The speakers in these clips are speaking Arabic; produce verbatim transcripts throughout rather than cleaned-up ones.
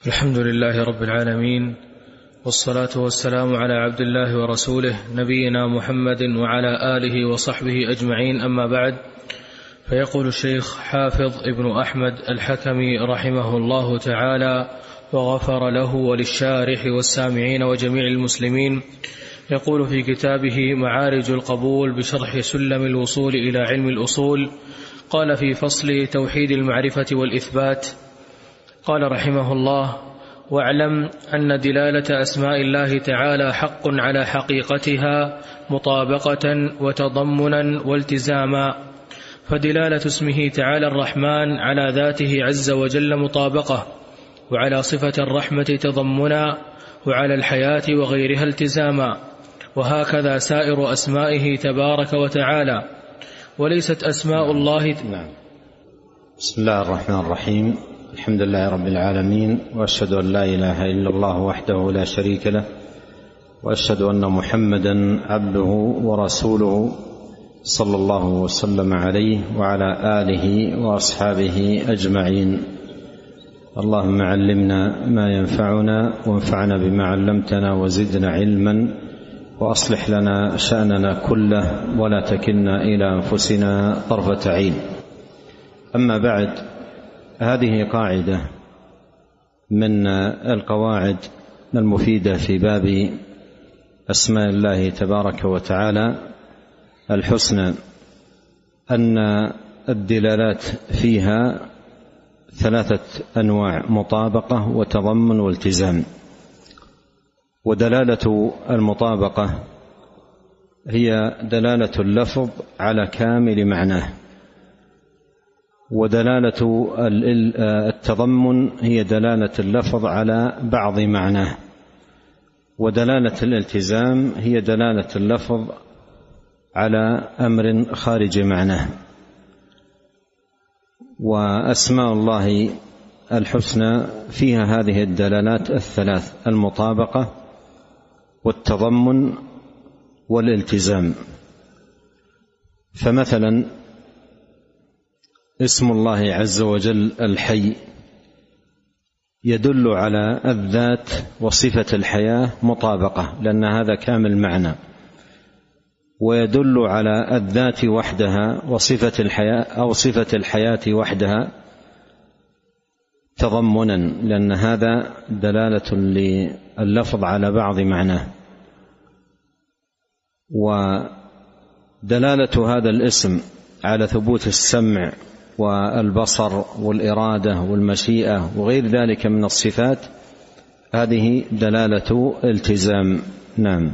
الحمد لله رب العالمين، والصلاة والسلام على عبد الله ورسوله نبينا محمد وعلى آله وصحبه أجمعين، أما بعد. فيقول الشيخ حافظ ابن أحمد الحكمي رحمه الله تعالى وغفر له وللشارح والسامعين وجميع المسلمين، يقول في كتابه معارج القبول بشرح سلم الوصول إلى علم الأصول، قال في فصل توحيد المعرفة والإثبات، قال رحمه الله: واعلم أن دلالة أسماء الله تعالى حق على حقيقتها مطابقة وتضمنا والتزاما، فدلالة اسمه تعالى الرحمن على ذاته عز وجل مطابقة، وعلى صفة الرحمة تضمنا، وعلى الحياة وغيرها التزاما، وهكذا سائر أسمائه تبارك وتعالى. وليست أسماء الله نعم. بسم الله الرحمن الرحيم، الحمد لله رب العالمين، وأشهد أن لا إله إلا الله وحده لا شريك له، وأشهد أن محمدا عبده ورسوله صلى الله وسلم عليه وعلى آله وأصحابه أجمعين. اللهم علمنا ما ينفعنا وانفعنا بما علمتنا وزدنا علما، وأصلح لنا شأننا كله ولا تكلنا إلى أنفسنا طرفة عين. أما بعد، هذه قاعدة من القواعد المفيدة في باب أسماء الله تبارك وتعالى الحسنى، أن الدلالات فيها ثلاثة أنواع: مطابقة وتضمن والتزام. ودلالة المطابقة هي دلالة اللفظ على كامل معناه، ودلالة التضمن هي دلالة اللفظ على بعض معناه، ودلالة الالتزام هي دلالة اللفظ على أمر خارج معناه. وأسماء الله الحسنى فيها هذه الدلالات الثلاث: المطابقة والتضمن والالتزام. فمثلا اسم الله عز وجل الحي يدل على الذات وصفة الحياة مطابقة، لأن هذا كامل معنى، ويدل على الذات وحدها وصفة الحياة أو صفة الحياة وحدها تضمنا، لأن هذا دلالة لللفظ على بعض معناه. ودلالة هذا الاسم على ثبوت السمع والبصر والإرادة والمشيئة وغير ذلك من الصفات، هذه دلالة التزام. نعم.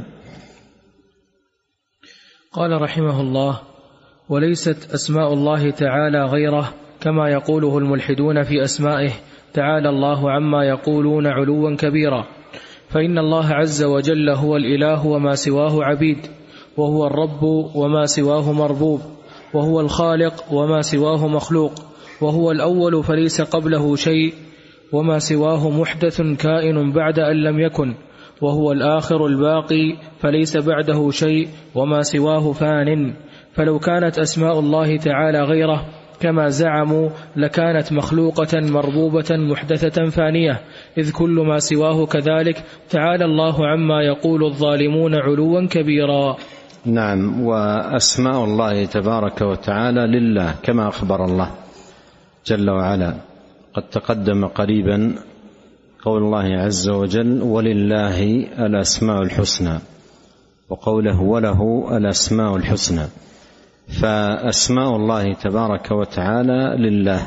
قال رحمه الله: وليست أسماء الله تعالى غيره كما يقوله الملحدون في أسمائه تعالى الله عما يقولون علوا كبيرا، فإن الله عز وجل هو الإله وما سواه عبيد، وهو الرب وما سواه مربوب، وهو الخالق وما سواه مخلوق، وهو الأول فليس قبله شيء، وما سواه محدث كائن بعد أن لم يكن، وهو الآخر الباقي فليس بعده شيء، وما سواه فان. فلو كانت أسماء الله تعالى غيره كما زعموا لكانت مخلوقة مربوبة محدثة فانية، إذ كل ما سواه كذلك، تعالى الله عما يقول الظالمون علوا كبيرا. نعم. وأسماء الله تبارك وتعالى لله كما أخبر الله جل وعلا. قد تقدم قريبا قول الله عز وجل: ولله الأسماء الحسنى، وقوله: وله الأسماء الحسنى. فأسماء الله تبارك وتعالى لله.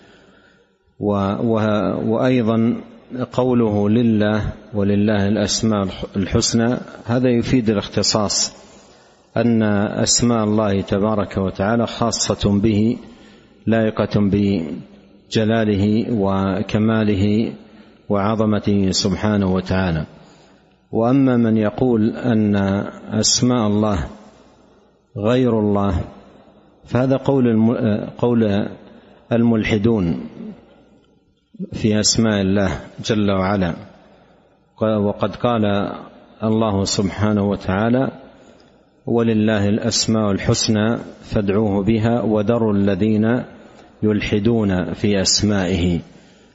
وأيضا قوله لله ولله الأسماء الحسنى هذا يفيد الاختصاص، أن أسماء الله تبارك وتعالى خاصة به، لائقة بجلاله وكماله وعظمته سبحانه وتعالى. وأما من يقول أن أسماء الله غير الله فهذا قول قول الملحدون في أسماء الله جل وعلا. وقد قال الله سبحانه وتعالى: ولله الأسماء الحسنى فادعوه بها وذروا الذين يلحدون في أسمائه.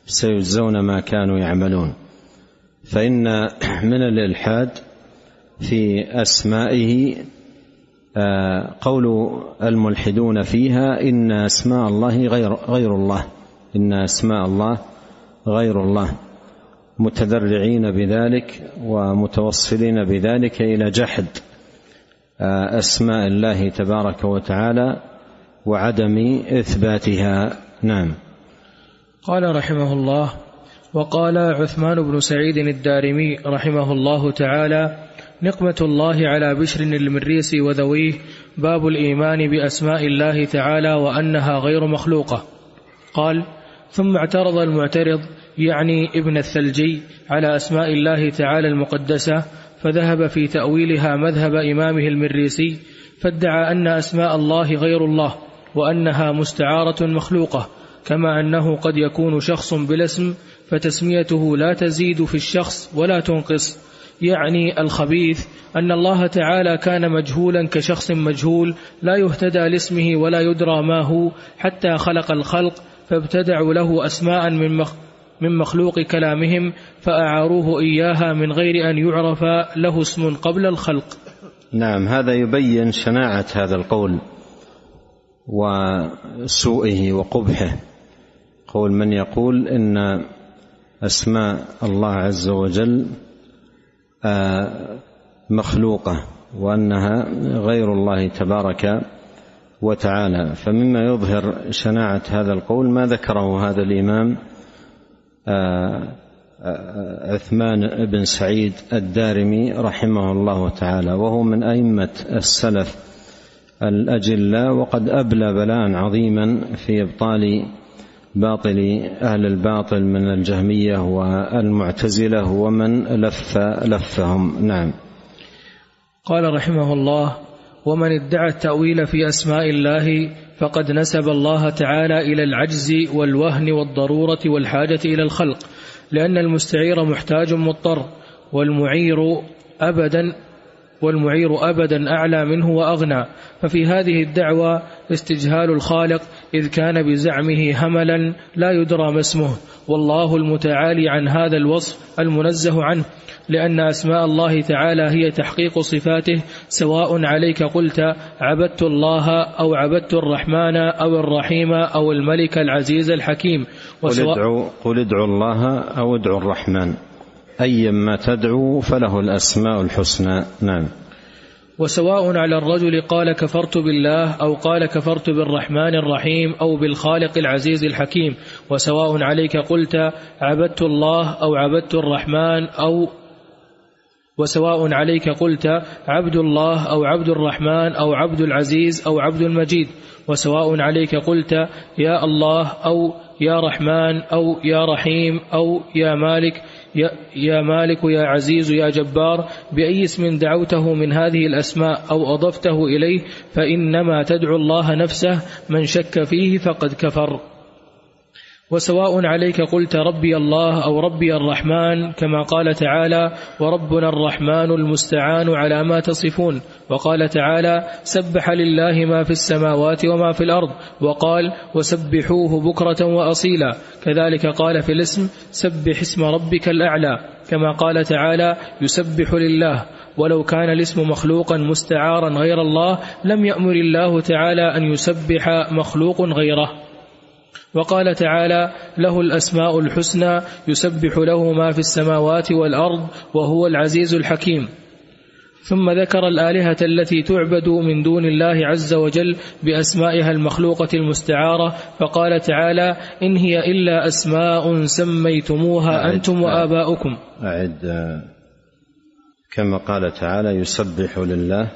سيجزون ما كانوا يعملون. فإن من الإلحاد في أسمائه قول الملحدون فيها إن أسماء الله غير, غير الله إن أسماء الله غير الله، متذرعين بذلك ومتوصلين بذلك إلى جحد أسماء الله تبارك وتعالى وعدم إثباتها. نعم. قال رحمه الله: وقال عثمان بن سعيد الدارمي رحمه الله تعالى: نقمة الله على بشر المريسي وذويه، باب الإيمان بأسماء الله تعالى وأنها غير مخلوقة. قال: ثم اعترض المعترض يعني ابن الثلجي على أسماء الله تعالى المقدسة، فذهب في تأويلها مذهب إمامه المريسي، فادعى أن أسماء الله غير الله وأنها مستعارة مخلوقة، كما أنه قد يكون شخص بلا اسم فتسميته لا تزيد في الشخص ولا تنقص، يعني الخبيث أن الله تعالى كان مجهولا كشخص مجهول لا يهتدى لاسمه ولا يدرى ما هو حتى خلق الخلق، فابتدعوا له أسماء من مخلوق كلامهم فأعاروه إياها من غير أن يعرف له اسم قبل الخلق. نعم، هذا يبين شناعة هذا القول وسوءه وقبحه، قول من يقول إن أسماء الله عز وجل مخلوقة وأنها غير الله تبارك وتعالى. فمما يظهر شناعة هذا القول ما ذكره هذا الإمام عثمان بن سعيد الدارمي رحمه الله تعالى، وهو من أئمة السلف الأجلاء، وقد أبلى بلاء عظيما في إبطال باطل أهل الباطل من الجهمية والمعتزلة ومن لف لفهم. نعم. قال رحمه الله: ومن ادعى التأويل في أسماء الله فقد نسب الله تعالى إلى العجز والوهن والضرورة والحاجة إلى الخلق، لأن المستعير محتاج مضطر، والمعير أبدا والمعير أبدا أعلى منه وأغنى، ففي هذه الدعوة استجهال الخالق، إذ كان بزعمه هملا لا يدرى ما اسمه، والله المتعالي عن هذا الوصف المنزه عنه، لأن أسماء الله تعالى هي تحقيق صفاته، سواء عليك قلت عبدت الله أو عبدت الرحمن أو الرحيم أو الملك العزيز الحكيم. قل ادعوا, قل ادعوا الله أو ادعوا الرحمن، أيما تدعو فله الأسماء الحسنى. نعم. وسواء على الرجل قال كفرت بالله أو قال كفرت بالرحمن الرحيم أو بالخالق العزيز الحكيم، وسواء عليك قلت عبدت الله أو عبدت الرحمن أو وسواء عليك قلت عبد الله أو عبد الرحمن أو عبد العزيز أو عبد المجيد، وسواء عليك قلت يا الله أو يا رحمن أو يا رحيم أو يا مالك يا, يا مالك يا عزيز يا جبار، بأي اسم دعوته من هذه الأسماء أو أضفته إليه فإنما تدعو الله نفسه، من شك فيه فقد كفر. وسواء عليك قلت ربي الله أو ربي الرحمن، كما قال تعالى وربنا الرحمن المستعان على ما تصفون، وقال تعالى سبح لله ما في السماوات وما في الأرض، وقال وسبحوه بكرة وأصيلا، كذلك قال في الاسم سبح اسم ربك الأعلى، كما قال تعالى يسبح لله. ولو كان الاسم مخلوقا مستعارا غير الله لم يأمر الله تعالى أن يسبح مخلوق غيره. وقال تعالى له الأسماء الحسنى يسبح له ما في السماوات والأرض وهو العزيز الحكيم. ثم ذكر الآلهة التي تعبد من دون الله عز وجل بأسمائها المخلوقة المستعارة، فقال تعالى إن هي إلا أسماء سميتموها أنتم وآباؤكم. أعد كما قال تعالى يسبح لله،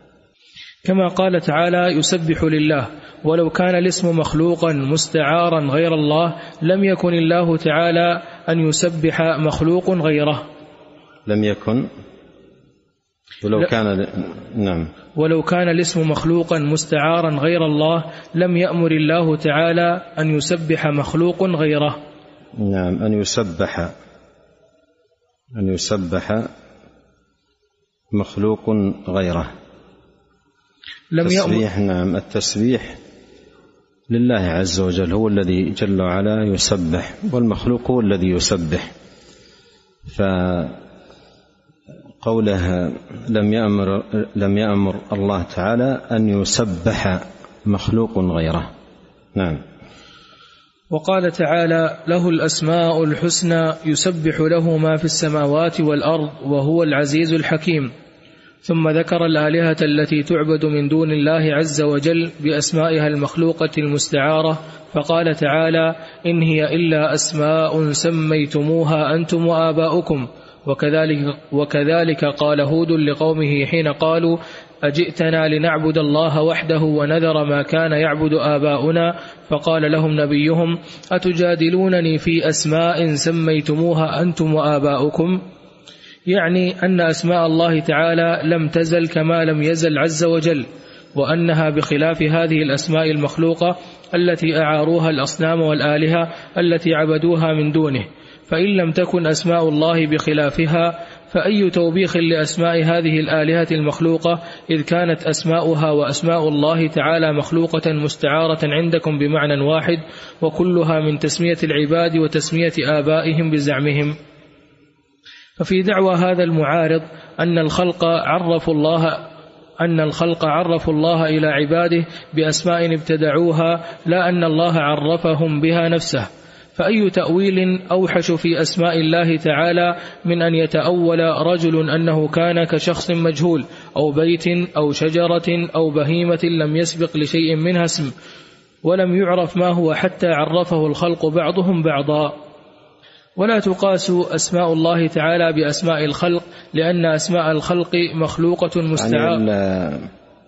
كما قال تعالى يسبح لله. ولو كان الاسم مخلوقا مستعارا غير الله لم يكن الله تعالى أن يسبح مخلوق غيره. لم يكن ولو كان نعم ولو كان الاسم مخلوقا مستعارا غير الله لم يأمر الله تعالى أن يسبح مخلوق غيره. نعم، أن يسبح أن يسبح مخلوق غيره. لم تسبيح. نعم، التسبيح لله عز وجل، هو الذي جل وعلا يسبح، والمخلوق هو الذي يسبح. فقوله لم يأمر, لم يأمر الله تعالى أن يسبح مخلوق غيره. نعم. وقال تعالى له الأسماء الحسنى يسبح له ما في السماوات والأرض وهو العزيز الحكيم. ثم ذكر الآلهة التي تعبد من دون الله عز وجل بأسمائها المخلوقة المستعارة، فقال تعالى إن هي إلا أسماء سميتموها أنتم وآباؤكم. وكذلك, وكذلك قال هود لقومه حين قالوا أجئتنا لنعبد الله وحده ونذر ما كان يعبد آباؤنا، فقال لهم نبيهم أتجادلونني في أسماء سميتموها أنتم وآباؤكم، يعني أن أسماء الله تعالى لم تزل كما لم يزل عز وجل، وأنها بخلاف هذه الأسماء المخلوقة التي أعاروها الأصنام والآلهة التي عبدوها من دونه. فإن لم تكن أسماء الله بخلافها فأي توبيخ لأسماء هذه الآلهة المخلوقة، إذ كانت أسماؤها وأسماء الله تعالى مخلوقة مستعارة عندكم بمعنى واحد، وكلها من تسمية العباد وتسمية آبائهم بزعمهم. ففي دعوى هذا المعارض أن الخلق عرفوا الله أن الخلق عرفوا الله إلى عباده بأسماء ابتدعوها، لا أن الله عرفهم بها نفسه. فأي تأويل أوحش في أسماء الله تعالى من أن يتأول رجل أنه كان كشخص مجهول أو بيت أو شجرة أو بهيمة لم يسبق لشيء منها اسم ولم يعرف ما هو حتى عرفه الخلق بعضهم بعضا. ولا تقاس أسماء الله تعالى بأسماء الخلق، لأن أسماء الخلق مخلوقة مستعارة. يعني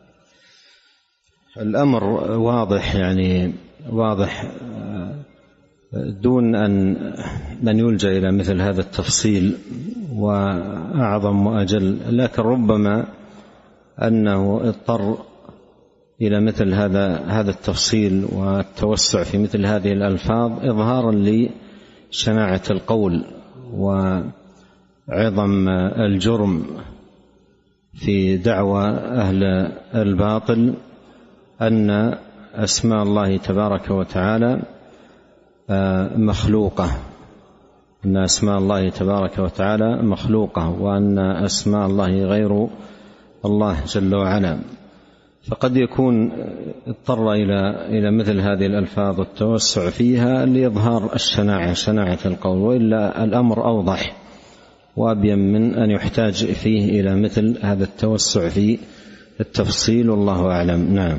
الأمر واضح، يعني واضح دون أن من يلجأ إلى مثل هذا التفصيل وأعظم وأجل، لكن ربما أنه اضطر إلى مثل هذا هذا التفصيل والتوسع في مثل هذه الألفاظ إظهارا لشناعة القول وعظم الجرم في دعوى أهل الباطل أن أسماء الله تبارك وتعالى مخلوقة، أن أسماء الله تبارك وتعالى مخلوقة، وأن أسماء الله غير الله جل وعلا. فقد يكون اضطر إلى إلى مثل هذه الألفاظ والتوسع فيها لإظهار الشناعة، شناعة القول، وإلا الأمر أوضح وأبين من أن يحتاج فيه إلى مثل هذا التوسع في التفصيل، والله أعلم. نعم.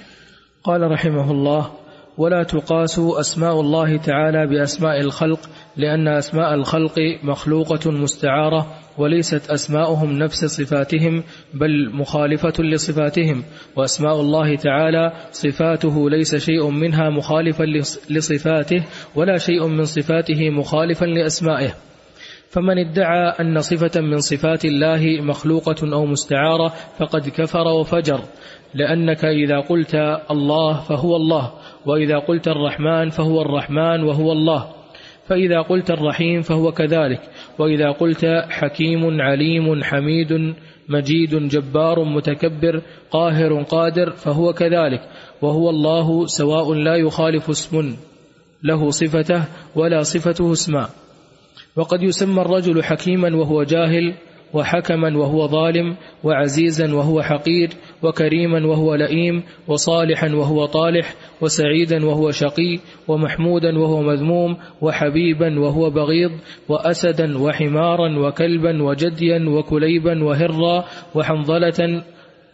قال رحمه الله: ولا تقاس أسماء الله تعالى بأسماء الخلق، لأن أسماء الخلق مخلوقة مستعارة، وليست أسماؤهم نفس صفاتهم بل مخالفة لصفاتهم. وأسماء الله تعالى صفاته ليس شيء منها مخالفا لصفاته، ولا شيء من صفاته مخالفا لأسمائه. فمن ادعى أن صفة من صفات الله مخلوقة أو مستعارة فقد كفر وفجر، لأنك إذا قلت الله فهو الله، وإذا قلت الرحمن فهو الرحمن وهو الله، فإذا قلت الرحيم فهو كذلك، وإذا قلت حكيم عليم حميد مجيد جبار متكبر قاهر قادر فهو كذلك. وهو الله سواء لا يخالف اسم له صفته ولا صفته اسما. وقد يسمى الرجل حكيما وهو جاهل، وحكما وهو ظالم، وعزيزا وهو حقير، وكريما وهو لئيم، وصالحا وهو طالح، وسعيدا وهو شقي، ومحمودا وهو مذموم، وحبيبا وهو بغيض، وأسدا وحمارا وكلبا وجديا وكليبا وهرا وحنظلة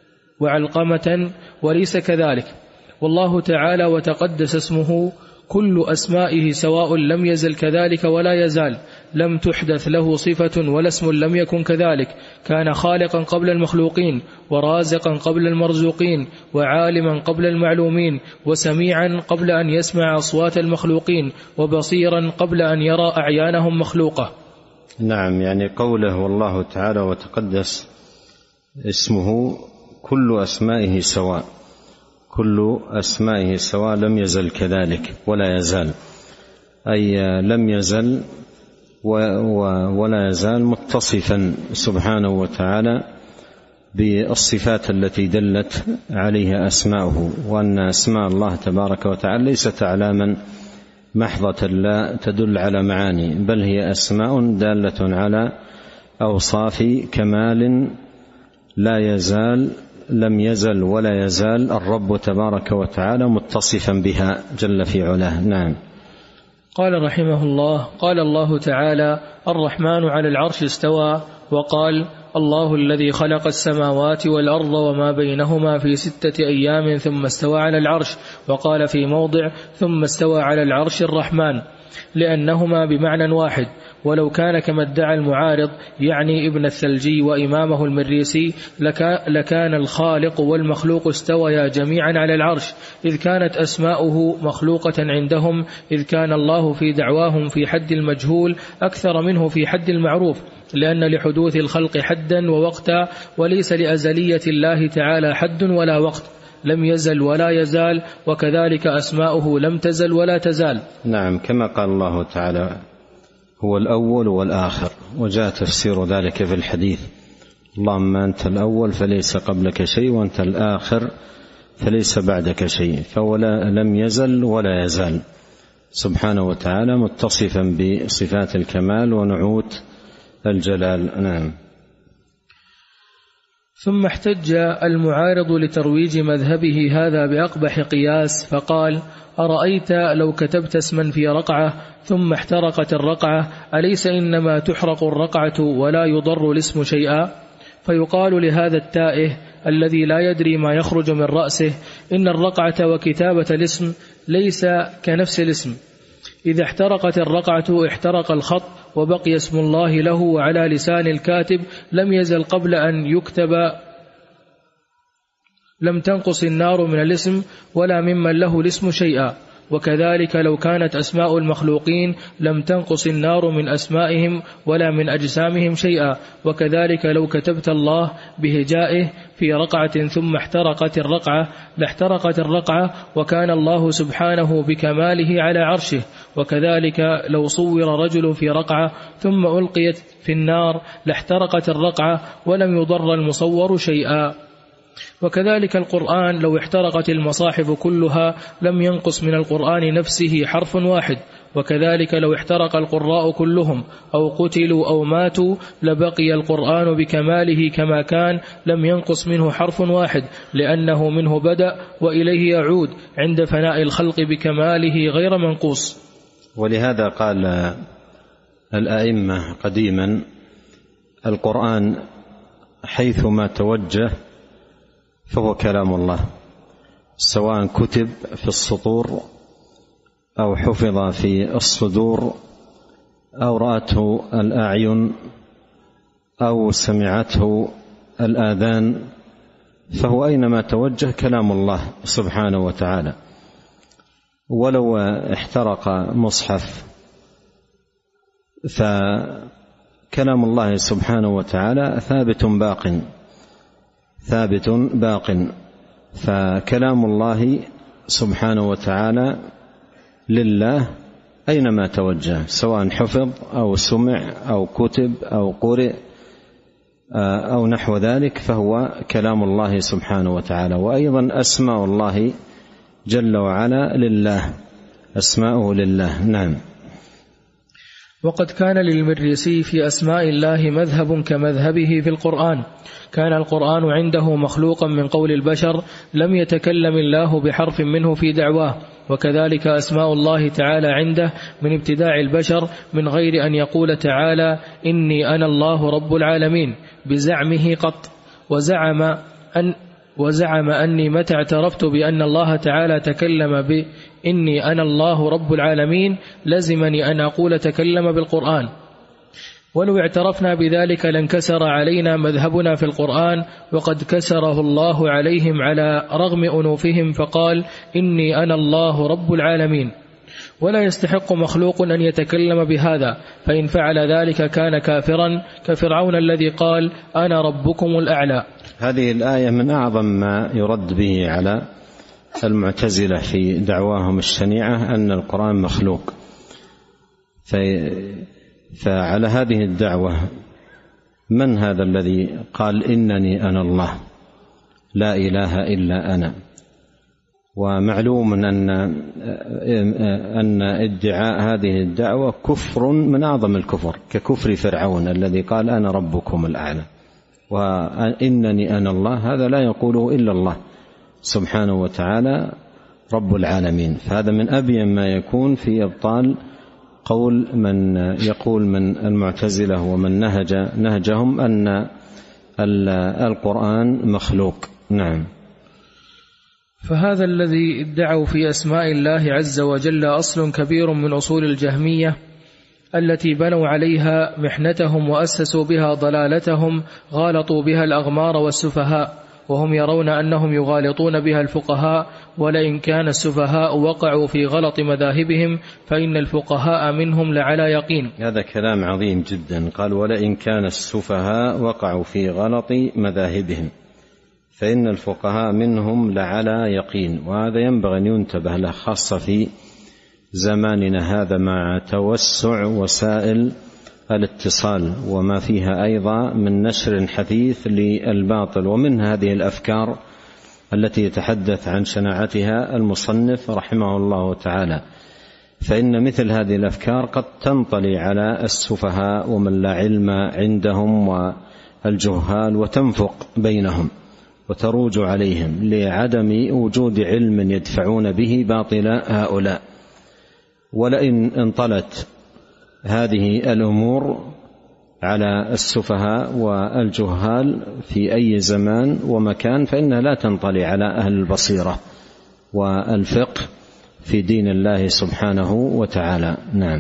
وعلقمة، وليس كذلك. والله تعالى وتقدس اسمه كل أسمائه سواء لم يزل كذلك ولا يزال، لم تحدث له صفة ولا اسم لم يكن كذلك. كان خالقا قبل المخلوقين، ورازقا قبل المرزوقين، وعالما قبل المعلومين، وسميعا قبل أن يسمع أصوات المخلوقين، وبصيرا قبل أن يرى أعيانهم مخلوقة. نعم، يعني قوله والله تعالى وتقدس اسمه كل أسمائه سواء، كل أسمائه سواء لم يزل كذلك ولا يزال، أي لم يزل ولا يزال متصفا سبحانه وتعالى بالصفات التي دلت عليها أسماؤه، وأن أسماء الله تبارك وتعالى ليست أعلاما محضة لا تدل على معاني، بل هي أسماء دالة على أوصاف كمال لا يزال لم يزل ولا يزال الرب تبارك وتعالى متصفا بها جل في علاه. نعم. قال رحمه الله: قال الله تعالى: الرحمن على العرش استوى. وقال: الله الذي خلق السماوات والأرض وما بينهما في ستة أيام ثم استوى على العرش. وقال في موضع: ثم استوى على العرش الرحمن، لأنهما بمعنى واحد. ولو كان كما ادعى المعارض يعني ابن الثلجي وإمامه المريسي لكان الخالق والمخلوق استويا جميعا على العرش، إذ كانت أسماؤه مخلوقة عندهم، إذ كان الله في دعواهم في حد المجهول أكثر منه في حد المعروف، لأن لحدوث الخلق حدا ووقتا، وليس لأزلية الله تعالى حد ولا وقت، لم يزل ولا يزال، وكذلك أسماؤه لم تزل ولا تزال. نعم، كما قال الله تعالى: هو الأول والآخر، وجاء تفسير ذلك في الحديث: اللهم أنت الأول فليس قبلك شيء، وأنت الآخر فليس بعدك شيء، فهو لم يزل ولا يزال سبحانه وتعالى متصفا بصفات الكمال ونعوت الجلال. نعم. ثم احتج المعارض لترويج مذهبه هذا بأقبح قياس، فقال: أرأيت لو كتبت اسما في رقعة ثم احترقت الرقعة، أليس إنما تحرق الرقعة ولا يضر الاسم شيئا؟ فيقال لهذا التائه الذي لا يدري ما يخرج من رأسه: إن الرقعة وكتابة الاسم ليس كنفس الاسم، إذا احترقت الرقعة احترق الخط وبقي اسم الله له وعلى لسان الكاتب، لم يزل قبل أن يكتب، لم تنقص النار من الاسم ولا ممن له الاسم شيئا. وكذلك لو كانت أسماء المخلوقين لم تنقص النار من أسمائهم ولا من أجسامهم شيئا. وكذلك لو كتبت الله بهجائه في رقعة ثم احترقت الرقعة لاحترقت الرقعة، وكان الله سبحانه بكماله على عرشه. وكذلك لو صور رجل في رقعة ثم ألقيت في النار لاحترقت الرقعة ولم يضر المصور شيئا. وكذلك القرآن لو احترقت المصاحف كلها لم ينقص من القرآن نفسه حرف واحد. وكذلك لو احترق القراء كلهم أو قتلوا أو ماتوا لبقي القرآن بكماله كما كان، لم ينقص منه حرف واحد، لأنه منه بدأ وإليه يعود عند فناء الخلق بكماله غير منقوص. ولهذا قال الأئمة قديما: القرآن حيثما توجه فهو كلام الله، سواء كتب في السطور أو حفظ في الصدور أو رأته الأعين أو سمعته الآذان، فهو أينما توجه كلام الله سبحانه وتعالى. ولو احترق مصحف فكلام الله سبحانه وتعالى ثابت باق ثابت باق فكلام الله سبحانه وتعالى لله أينما توجه، سواء حفظ أو سمع أو كتب أو قرئ أو نحو ذلك، فهو كلام الله سبحانه وتعالى. وأيضا أسماء الله جل وعلا لله، أسماؤه لله. نعم. وقد كان للمريسي في أسماء الله مذهب كمذهبه في القرآن، كان القرآن عنده مخلوقا من قول البشر، لم يتكلم الله بحرف منه في دعواه. وكذلك أسماء الله تعالى عنده من ابتداع البشر من غير أن يقول تعالى إني أنا الله رب العالمين بزعمه قط. وزعم أن وزعم أني متى اعترفت بأن الله تعالى تكلم بإني أنا الله رب العالمين لزمني أن أقول تكلم بالقرآن، ولو اعترفنا بذلك لانكسر علينا مذهبنا في القرآن، وقد كسره الله عليهم على رغم أنوفهم، فقال إني أنا الله رب العالمين. ولا يستحق مخلوق أن يتكلم بهذا، فإن فعل ذلك كان كافرا كفرعون الذي قال أنا ربكم الأعلى. هذه الآية من أعظم ما يرد به على المعتزلة في دعواهم الشنيعة أن القرآن مخلوق. فعلى هذه الدعوة من هذا الذي قال إنني أنا الله لا إله إلا أنا؟ ومعلوم أن أن ادعاء هذه الدعوة كفر من أعظم الكفر، ككفر فرعون الذي قال أنا ربكم الأعلى، وإنني أنا الله هذا لا يقوله إلا الله سبحانه وتعالى رب العالمين. فهذا من أبين ما يكون في إبطال قول من يقول من المعتزلة ومن نهج نهجهم أن القرآن مخلوق. نعم. فهذا الذي ادعوا في أسماء الله عز وجل أصل كبير من أصول الجهمية التي بنوا عليها محنتهم وأسسوا بها ضلالتهم، غالطوا بها الأغمار والسفهاء، وهم يرون أنهم يغالطون بها الفقهاء، ولئن كان السفهاء وقعوا في غلط مذاهبهم فإن الفقهاء منهم لعلى يقين. هذا كلام عظيم جدا، قال ولئن كان السفهاء وقعوا في غلط مذاهبهم فإن الفقهاء منهم لعلى يقين. وهذا ينبغي أن ينتبه له، خاصة في زماننا هذا مع توسع وسائل الاتصال وما فيها أيضا من نشر حثيث للباطل، ومن هذه الأفكار التي يتحدث عن شناعتها المصنف رحمه الله تعالى. فإن مثل هذه الأفكار قد تنطلي على السفهاء ومن لا علم عندهم والجهال وتنفق بينهم وتروج عليهم لعدم وجود علم يدفعون به باطل هؤلاء. ولئن انطلت هذه الأمور على السفهاء والجهال في أي زمان ومكان فإنها لا تنطلي على أهل البصيرة والفقه في دين الله سبحانه وتعالى. نعم.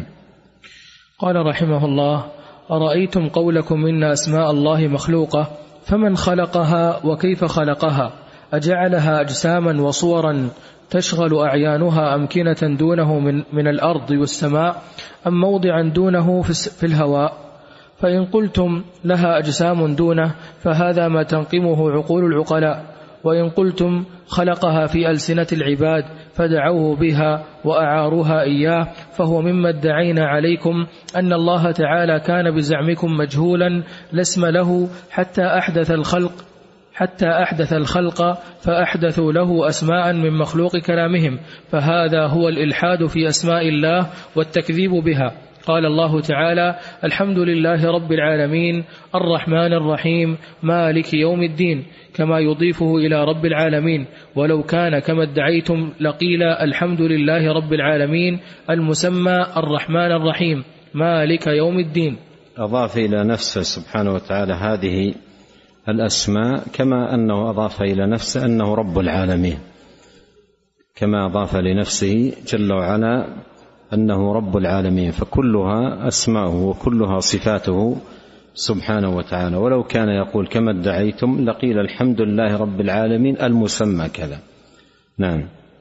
قال رحمه الله: أرأيتم قولكم إن أسماء الله مخلوقة، فمن خلقها وكيف خلقها؟ أجعلها أجساما وصورا تشغل أعيانها أمكنة دونه من, من الأرض والسماء، أم موضعا دونه في الهواء؟ فإن قلتم لها أجسام دونه فهذا ما تنقمه عقول العقلاء، وإن قلتم خلقها في ألسنة العباد فدعوه بها وأعاروها إياه فهو مما ادعينا عليكم أن الله تعالى كان بزعمكم مجهولا لا اسم له حتى أحدث الخلق حتى أحدث الخلق فأحدثوا له أسماء من مخلوق كلامهم، فهذا هو الإلحاد في أسماء الله والتكذيب بها. قال الله تعالى: الحمد لله رب العالمين الرحمن الرحيم مالك يوم الدين، كما يضيفه إلى رب العالمين، ولو كان كما ادعيتم لقيل الحمد لله رب العالمين المسمى الرحمن الرحيم مالك يوم الدين. أضاف إلى نفسه سبحانه وتعالى هذه الأسماء كما أنه أضاف إلى نفسه أنه رب العالمين، كما أضاف لنفسه جل وعلا أنه رب العالمين، فكلها أسماءه وكلها صفاته سبحانه وتعالى. ولو كان يقول كما ادعيتم لقيل الحمد لله رب العالمين المسمى كذا. نعم.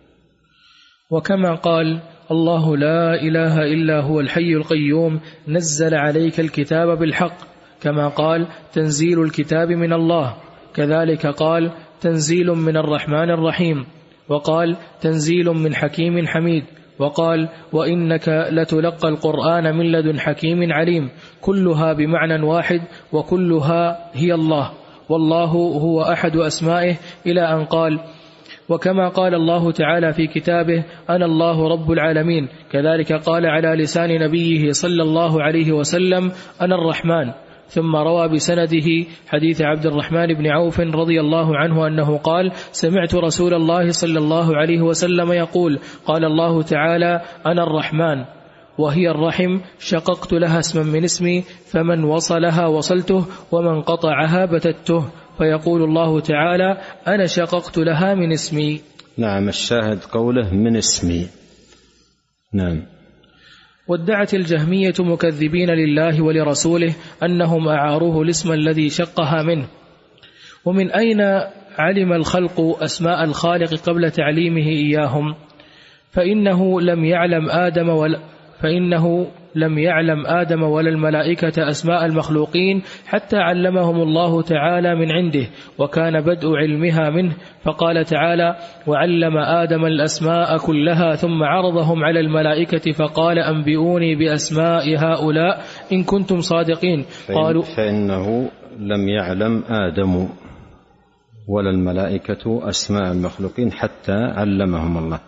وكما قال: الله لا إله إلا هو الحي القيوم نزل عليك الكتاب بالحق، كما قال: تنزيل الكتاب من الله، كذلك قال: تنزيل من الرحمن الرحيم، وقال: تنزيل من حكيم حميد، وقال: وإنك لتلقى القرآن من لدن حكيم عليم، كلها بمعنى واحد وكلها هي الله، والله هو أحد أسمائه، إلى أن قال: وكما قال الله تعالى في كتابه: أنا الله رب العالمين، كذلك قال على لسان نبيه صلى الله عليه وسلم: أنا الرحمن. ثم روى بسنده حديث عبد الرحمن بن عوف رضي الله عنه أنه قال: سمعت رسول الله صلى الله عليه وسلم يقول: قال الله تعالى: أنا الرحمن، وهي الرحم، شققت لها اسما من اسمي، فمن وصلها وصلته ومن قطعها بتته. فيقول الله تعالى: أنا شققت لها من اسمي. نعم، الشاهد قوله من اسمي. نعم. وادعت الجهمية مكذبين لله ولرسوله أنهم أعاروه الاسم الذي شقها منه. ومن أين علم الخلق أسماء الخالق قبل تعليمه إياهم؟ فإنه لم يعلم آدم ولا فإنه لم يعلم آدم ولا الملائكة أسماء المخلوقين حتى علمهم الله تعالى من عنده، وكان بدء علمها منه، فقال تعالى: وعلم آدم الأسماء كلها ثم عرضهم على الملائكة فقال: أنبئوني بأسماء هؤلاء إن كنتم صادقين. قالوا: فإنه لم يعلم آدم ولا الملائكة أسماء المخلوقين حتى علمهم الله.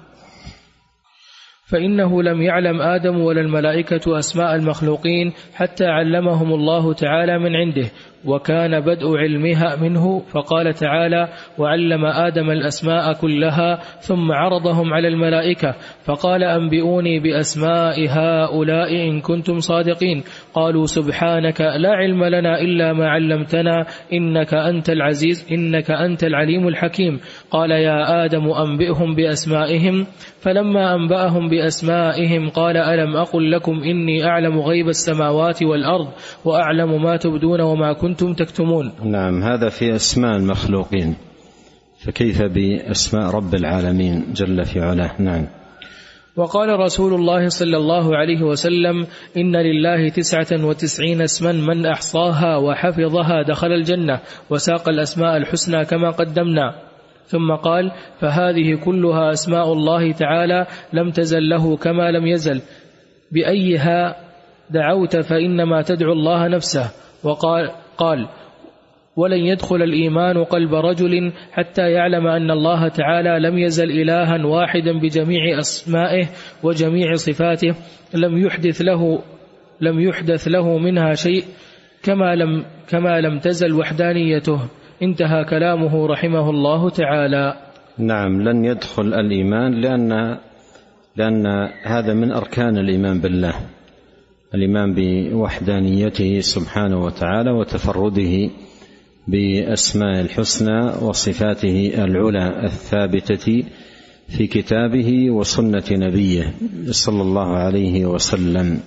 فإنه لم يعلم آدم ولا الملائكة أسماء المخلوقين حتى علمهم الله تعالى من عنده، وكان بدء علمها منه، فقال تعالى: وعلم آدم الأسماء كلها ثم عرضهم على الملائكة فقال: أنبئوني بأسماء هؤلاء إن كنتم صادقين. قالوا: سبحانك لا علم لنا إلا ما علمتنا إنك أنت العزيز إنك أنت العليم الحكيم. قال: يا آدم أنبئهم بأسمائهم. فلما أنبأهم بأسمائهم قال: ألم أقل لكم إني أعلم غيب السماوات والأرض وأعلم ما تبدون وما كنتم تكتمون. نعم، هذا في أسماء المخلوقين، فكيف بأسماء رب العالمين جل في علاه؟ نعم. وقال رسول الله صلى الله عليه وسلم: إن لله تسعة وتسعين اسما من أحصاها وحفظها دخل الجنة، وساق الأسماء الحسنى كما قدمنا. ثم قال: فهذه كلها أسماء الله تعالى لم تزل له كما لم يزل، بأيها دعوت فإنما تدعو الله نفسه. وقال قال: ولن يدخل الإيمان قلب رجل حتى يعلم أن الله تعالى لم يزل إلها واحدا بجميع أسمائه وجميع صفاته، لم يحدث له لم يحدث له منها شيء، كما لم كما لم تزل وحدانيته. انتهى كلامه رحمه الله تعالى. نعم، لن يدخل الإيمان لأن لأن هذا من أركان الإيمان بالله، الإيمان بوحدانيته سبحانه وتعالى وتفرده بأسماء الحسنى وصفاته العلى الثابتة في كتابه وسنة نبيه صلى الله عليه وسلم.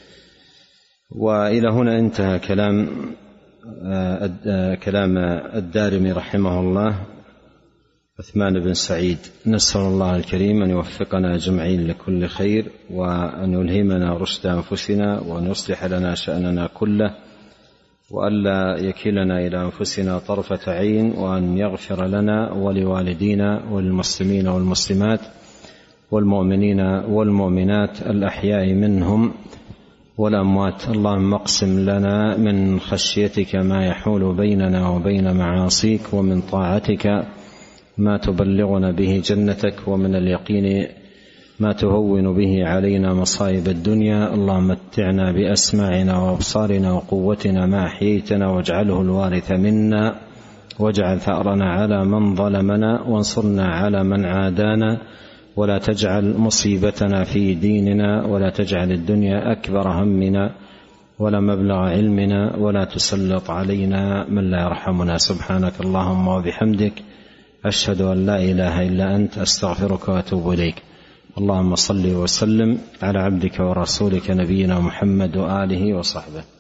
وإلى هنا انتهى كلام كلام الدارمي رحمه الله عثمان بن سعيد. نسأل الله الكريم أن يوفقنا أجمعين لكل خير، وأن يلهمنا رشد أنفسنا، وأن يصلح لنا شأننا كله، وألا يكلنا إلى أنفسنا طرفة عين، وأن يغفر لنا ولوالدينا والمسلمين والمسلمات والمؤمنين والمؤمنات الأحياء منهم والأموات. اللهم اقسم لنا من خشيتك ما يحول بيننا وبين معاصيك، ومن طاعتك ما تبلغنا به جنتك، ومن اليقين ما تهون به علينا مصائب الدنيا. اللهم متعنا بأسماعنا وأبصارنا وقوتنا ما أحييتنا، واجعله الوارث منا، واجعل ثأرنا على من ظلمنا، وانصرنا على من عادانا، ولا تجعل مصيبتنا في ديننا، ولا تجعل الدنيا أكبر همنا ولا مبلغ علمنا، ولا تسلط علينا من لا يرحمنا. سبحانك اللهم وبحمدك، أشهد أن لا إله إلا أنت، أستغفرك وأتوب إليك. اللهم صل وسلم على عبدك ورسولك نبينا محمد وآله وصحبه.